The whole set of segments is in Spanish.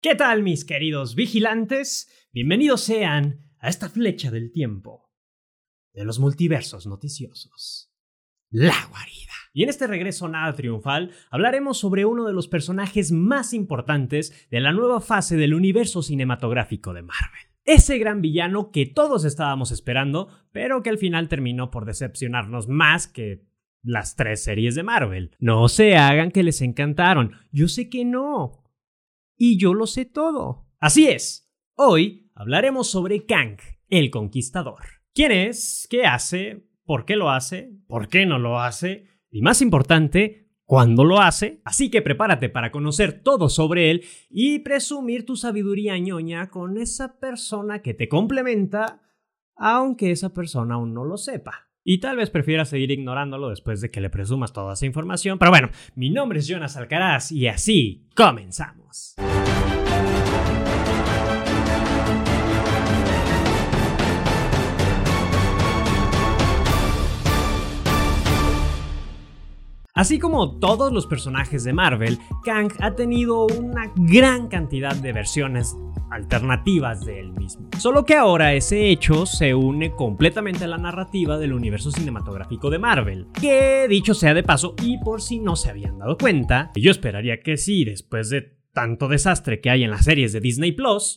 ¿Qué tal, mis queridos vigilantes? Bienvenidos sean a esta flecha del tiempo de los multiversos noticiosos, La Guarida. Y en este regreso nada triunfal hablaremos sobre uno de los personajes más importantes de la nueva fase del universo cinematográfico de Marvel. Ese gran villano que todos estábamos esperando, pero que al final terminó por decepcionarnos más que las 3 series de Marvel. No se hagan que les encantaron, yo sé que no. Y yo lo sé todo. Así es, hoy hablaremos sobre Kang, el Conquistador. ¿Quién es? ¿Qué hace? ¿Por qué lo hace? ¿Por qué no lo hace? Y más importante, ¿cuándo lo hace? Así que prepárate para conocer todo sobre él y presumir tu sabiduría ñoña con esa persona que te complementa, aunque esa persona aún no lo sepa. Y tal vez prefieras seguir ignorándolo después de que le presumas toda esa información. Pero bueno, mi nombre es Jonas Alcaraz y así comenzamos. Así como todos los personajes de Marvel, Kang ha tenido una gran cantidad de versiones alternativas de él mismo. Solo que ahora ese hecho se une completamente a la narrativa del universo cinematográfico de Marvel. Que dicho sea de paso, y por si no se habían dado cuenta, yo esperaría que sí, después de tanto desastre que hay en las series de Disney Plus,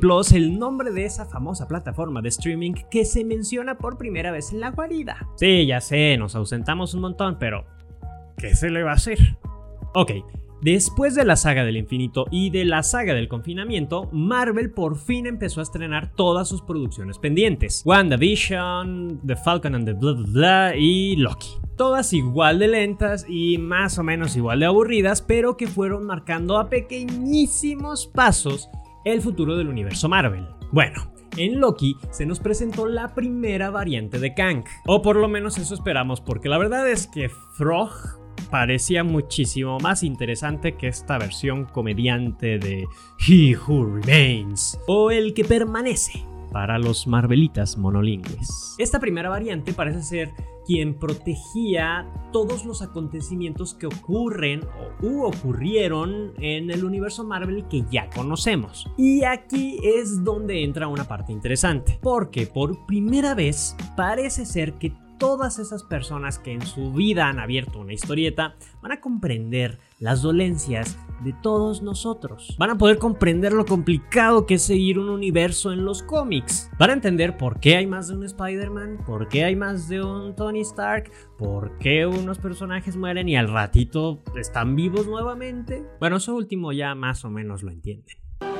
el nombre de esa famosa plataforma de streaming que se menciona por primera vez en La Guarida. Sí, ya sé, nos ausentamos un montón, pero ¿qué se le va a hacer? Ok. Después de la saga del infinito y de la saga del confinamiento, Marvel por fin empezó a estrenar todas sus producciones pendientes. WandaVision, The Falcon and the blah blah blah y Loki. Todas igual de lentas y más o menos igual de aburridas, pero que fueron marcando a pequeñísimos pasos el futuro del universo Marvel. Bueno, en Loki se nos presentó la primera variante de Kang. O por lo menos eso esperamos, porque la verdad es que Frog parecía muchísimo más interesante que esta versión comediante de He Who Remains, o El que permanece, para los marvelitas monolingües. Esta primera variante parece ser quien protegía todos los acontecimientos que ocurren o ocurrieron en el universo Marvel que ya conocemos. Y aquí es donde entra una parte interesante, porque por primera vez parece ser que todas esas personas que en su vida han abierto una historieta van a comprender las dolencias de todos nosotros. Van a poder comprender lo complicado que es seguir un universo en los cómics. Van a entender por qué hay más de un Spider-Man, por qué hay más de un Tony Stark, por qué unos personajes mueren y al ratito están vivos nuevamente. Bueno, eso último ya más o menos lo entienden.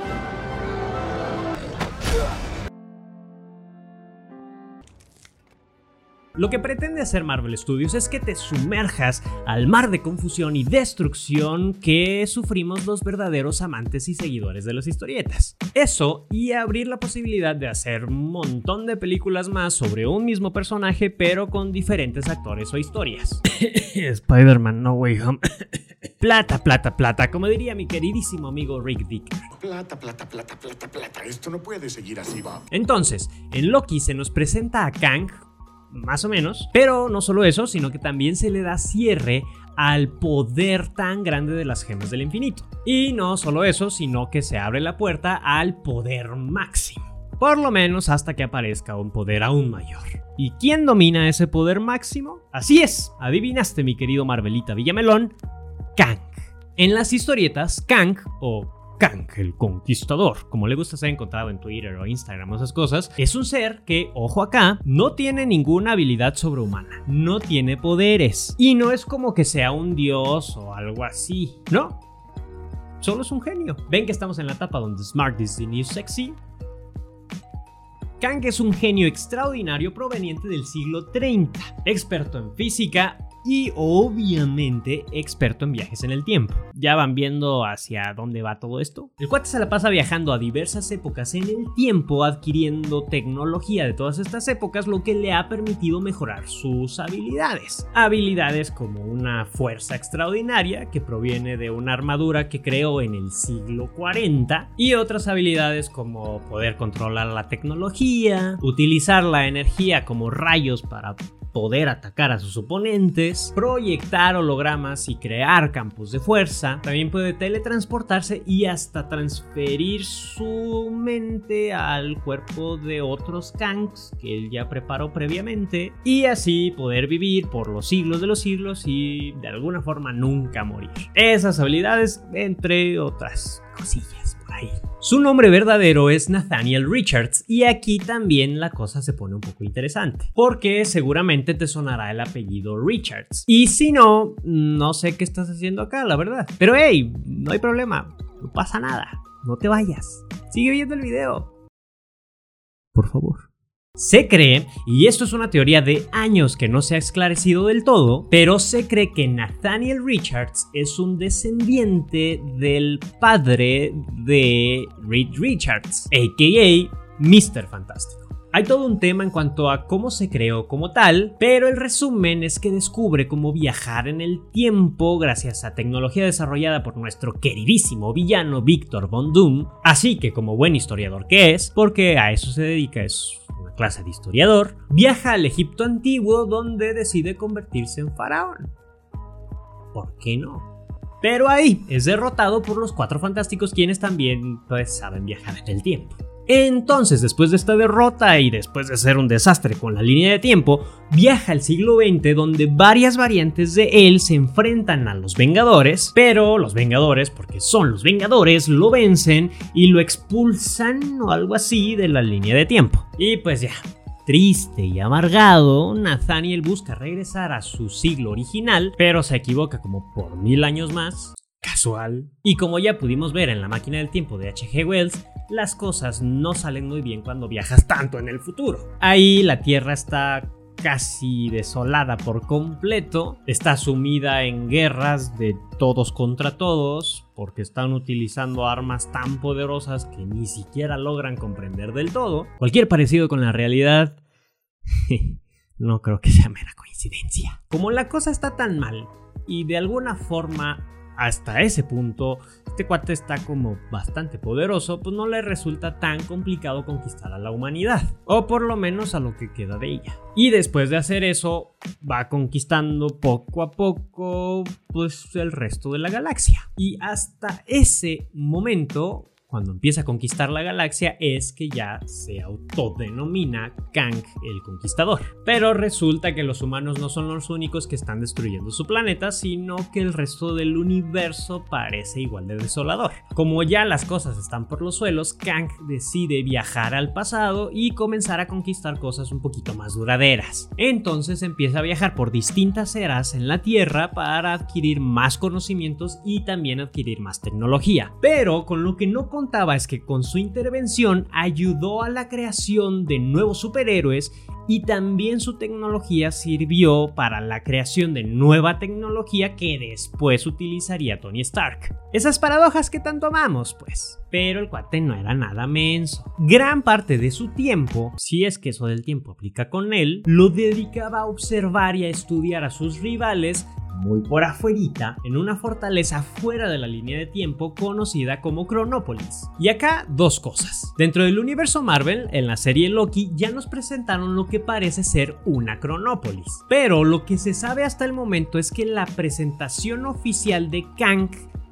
Lo que pretende hacer Marvel Studios es que te sumerjas al mar de confusión y destrucción que sufrimos los verdaderos amantes y seguidores de las historietas. Eso y abrir la posibilidad de hacer un montón de películas más sobre un mismo personaje pero con diferentes actores o historias. Spider-Man No Way Home. Plata, plata, plata, como diría mi queridísimo amigo Rick Dicker. Plata, plata, plata, plata, plata. Esto no puede seguir así, Bob. Entonces, en Loki se nos presenta a Kang, más o menos, pero no solo eso, sino que también se le da cierre al poder tan grande de las gemas del infinito. Y no solo eso, sino que se abre la puerta al poder máximo. Por lo menos hasta que aparezca un poder aún mayor. ¿Y quién domina ese poder máximo? Así es, adivinaste, mi querido Marvelita Villamelón, Kang. En las historietas, Kang, o Kang, el Conquistador, como le gusta ser encontrado en Twitter o Instagram o esas cosas, es un ser que, ojo acá, no tiene ninguna habilidad sobrehumana, no tiene poderes, y no es como que sea un dios o algo así, ¿no? Solo es un genio. ¿Ven que estamos en la etapa donde Smart is the new sexy? Kang es un genio extraordinario proveniente del siglo 30, experto en física y obviamente experto en viajes en el tiempo. ¿Ya van viendo hacia dónde va todo esto? El cuate se la pasa viajando a diversas épocas en el tiempo, adquiriendo tecnología de todas estas épocas, lo que le ha permitido mejorar sus habilidades. Habilidades como una fuerza extraordinaria que proviene de una armadura que creó en el siglo 40 y otras habilidades como poder controlar la tecnología, utilizar la energía como rayos para poder atacar a sus oponentes, proyectar hologramas y crear campos de fuerza. También puede teletransportarse y hasta transferir su mente al cuerpo de otros Kangs que él ya preparó previamente, y así poder vivir por los siglos de los siglos y de alguna forma nunca morir. Esas habilidades, entre otras cosillas por ahí. Su nombre verdadero es Nathaniel Richards, y aquí también la cosa se pone un poco interesante, porque seguramente te sonará el apellido Richards, y si no, no sé qué estás haciendo acá, la verdad. Pero hey, no hay problema, no pasa nada, no te vayas, sigue viendo el video, por favor. Se cree, y esto es una teoría de años que no se ha esclarecido del todo, pero se cree que Nathaniel Richards es un descendiente del padre de Reed Richards, a.k.a. Mr. Fantástico. Hay todo un tema en cuanto a cómo se creó como tal, pero el resumen es que descubre cómo viajar en el tiempo gracias a tecnología desarrollada por nuestro queridísimo villano Victor Von Doom, así que como buen historiador que es, porque a eso se dedica, es una clase de historiador, viaja al Egipto antiguo donde decide convertirse en faraón. ¿Por qué no? Pero ahí es derrotado por los Cuatro Fantásticos, quienes también pues saben viajar en el tiempo. Entonces, después de esta derrota y después de ser un desastre con la línea de tiempo, viaja al siglo XX donde varias variantes de él se enfrentan a los Vengadores, pero los Vengadores, porque son los Vengadores, lo vencen y lo expulsan o algo así de la línea de tiempo. Y pues ya, triste y amargado, Nathaniel busca regresar a su siglo original, pero se equivoca como por 1000 años más. Casual. Y como ya pudimos ver en La máquina del tiempo de H.G. Wells, las cosas no salen muy bien cuando viajas tanto en el futuro. Ahí la Tierra está casi desolada por completo, está sumida en guerras de todos contra todos, porque están utilizando armas tan poderosas que ni siquiera logran comprender del todo. Cualquier parecido con la realidad no creo que sea mera coincidencia. Como la cosa está tan mal y de alguna forma hasta ese punto este cuate está como bastante poderoso, pues no le resulta tan complicado conquistar a la humanidad, o por lo menos a lo que queda de ella. Y después de hacer eso, va conquistando poco a poco pues el resto de la galaxia. Y hasta ese momento, cuando empieza a conquistar la galaxia, es que ya se autodenomina Kang el Conquistador. Pero resulta que los humanos no son los únicos que están destruyendo su planeta, sino que el resto del universo parece igual de desolador. Como ya las cosas están por los suelos, Kang decide viajar al pasado y comenzar a conquistar cosas un poquito más duraderas. Entonces empieza a viajar por distintas eras en la Tierra para adquirir más conocimientos y también adquirir más tecnología. Pero con lo que no contaba es que con su intervención ayudó a la creación de nuevos superhéroes, y también su tecnología sirvió para la creación de nueva tecnología que después utilizaría Tony Stark. Esas paradojas que tanto amamos, pues. Pero el cuate no era nada menso. Gran parte de su tiempo, si es que eso del tiempo aplica con él, lo dedicaba a observar y a estudiar a sus rivales muy por afuerita, en una fortaleza fuera de la línea de tiempo conocida como Cronópolis. Y acá dos cosas. Dentro del universo Marvel, en la serie Loki, ya nos presentaron lo que parece ser una Cronópolis. Pero lo que se sabe hasta el momento es que la presentación oficial de Kang,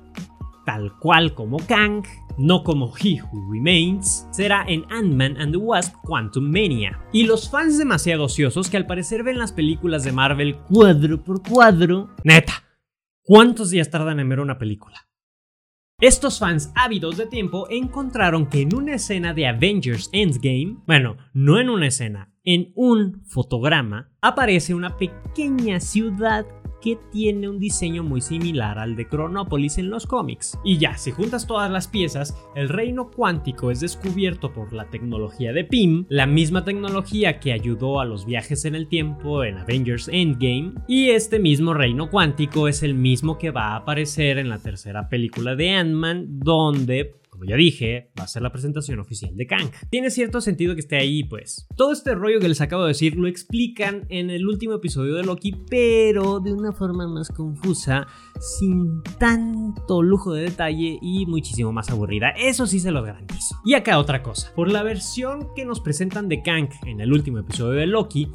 tal cual como Kang, no como He Who Remains, será en Ant-Man and the Wasp: Quantumania. Y los fans demasiado ociosos que al parecer ven las películas de Marvel cuadro por cuadro, neta, ¿cuántos días tardan en ver una película? Estos fans ávidos de tiempo encontraron que en una escena de Avengers Endgame, bueno, no en una escena, en un fotograma, aparece una pequeña ciudad que tiene un diseño muy similar al de Cronópolis en los cómics. Y ya, si juntas todas las piezas, el reino cuántico es descubierto por la tecnología de Pym, la misma tecnología que ayudó a los viajes en el tiempo en Avengers Endgame, y este mismo reino cuántico es el mismo que va a aparecer en la tercera película de Ant-Man, donde, como ya dije, va a ser la presentación oficial de Kang. Tiene cierto sentido que esté ahí, pues. Todo este rollo que les acabo de decir lo explican en el último episodio de Loki, pero de una forma más confusa, sin tanto lujo de detalle y muchísimo más aburrida. Eso sí se los garantizo. Y acá otra cosa. Por la versión que nos presentan de Kang en el último episodio de Loki,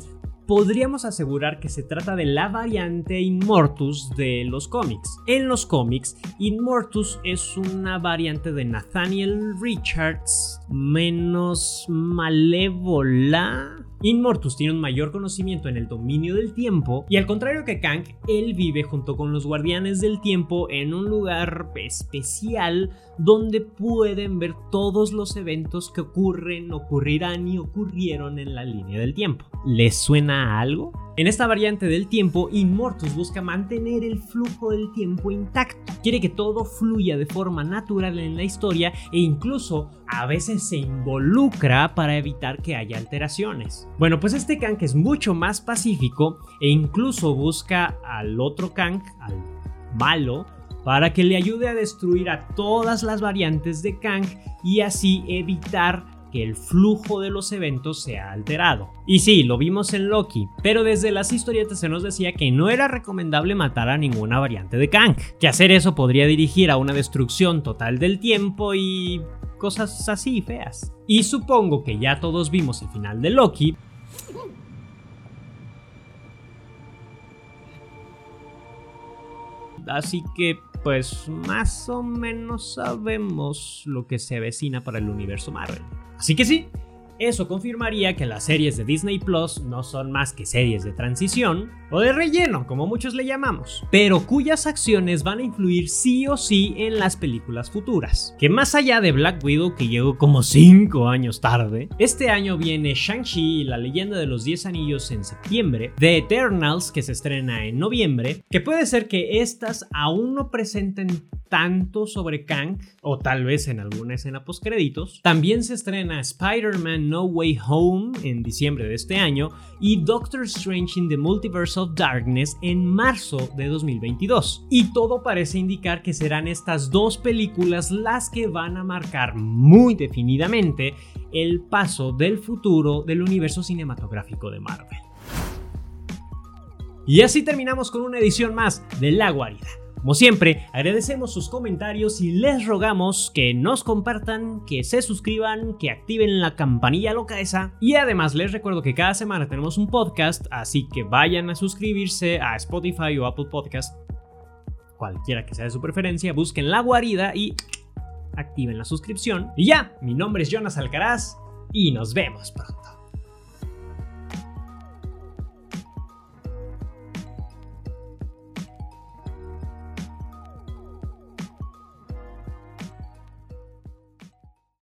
podríamos asegurar que se trata de la variante Immortus de los cómics. En los cómics, Immortus es una variante de Nathaniel Richards menos malévola. Immortus tiene un mayor conocimiento en el dominio del tiempo y al contrario que Kang, él vive junto con los guardianes del tiempo en un lugar especial donde pueden ver todos los eventos que ocurren, ocurrirán y ocurrieron en la línea del tiempo. ¿Les suena a algo? En esta variante del tiempo, Immortus busca mantener el flujo del tiempo intacto. Quiere que todo fluya de forma natural en la historia e incluso a veces se involucra para evitar que haya alteraciones. Bueno, pues este Kang es mucho más pacífico e incluso busca al otro Kang, al malo, para que le ayude a destruir a todas las variantes de Kang y así evitar que el flujo de los eventos sea alterado. Y sí, lo vimos en Loki, pero desde las historietas se nos decía que no era recomendable matar a ninguna variante de Kang, que hacer eso podría dirigir a una destrucción total del tiempo y cosas así feas. Y supongo que ya todos vimos el final de Loki. Así que pues más o menos sabemos lo que se avecina para el universo Marvel. Así que sí, eso confirmaría que las series de Disney Plus no son más que series de transición o de relleno, como muchos le llamamos, pero cuyas acciones van a influir sí o sí en las películas futuras. Que más allá de Black Widow, que llegó como 5 años tarde, este año viene Shang-Chi y la leyenda de los 10 anillos en septiembre, The Eternals, que se estrena en noviembre, que puede ser que estas aún no presenten tanto sobre Kang, o tal vez en alguna escena postcréditos. También se estrena Spider-Man No Way Home en diciembre de este año y Doctor Strange in the Multiverse of Darkness en marzo de 2022. Y todo parece indicar que serán estas dos películas las que van a marcar muy definidamente el paso del futuro del universo cinematográfico de Marvel. Y así terminamos con una edición más de La Guarida. Como siempre, agradecemos sus comentarios y les rogamos que nos compartan, que se suscriban, que activen la campanilla loca esa. Y además les recuerdo que cada semana tenemos un podcast, así que vayan a suscribirse a Spotify o Apple Podcast, cualquiera que sea de su preferencia, busquen La Guarida y activen la suscripción. Y ya, mi nombre es Jonas Alcaraz y nos vemos pronto.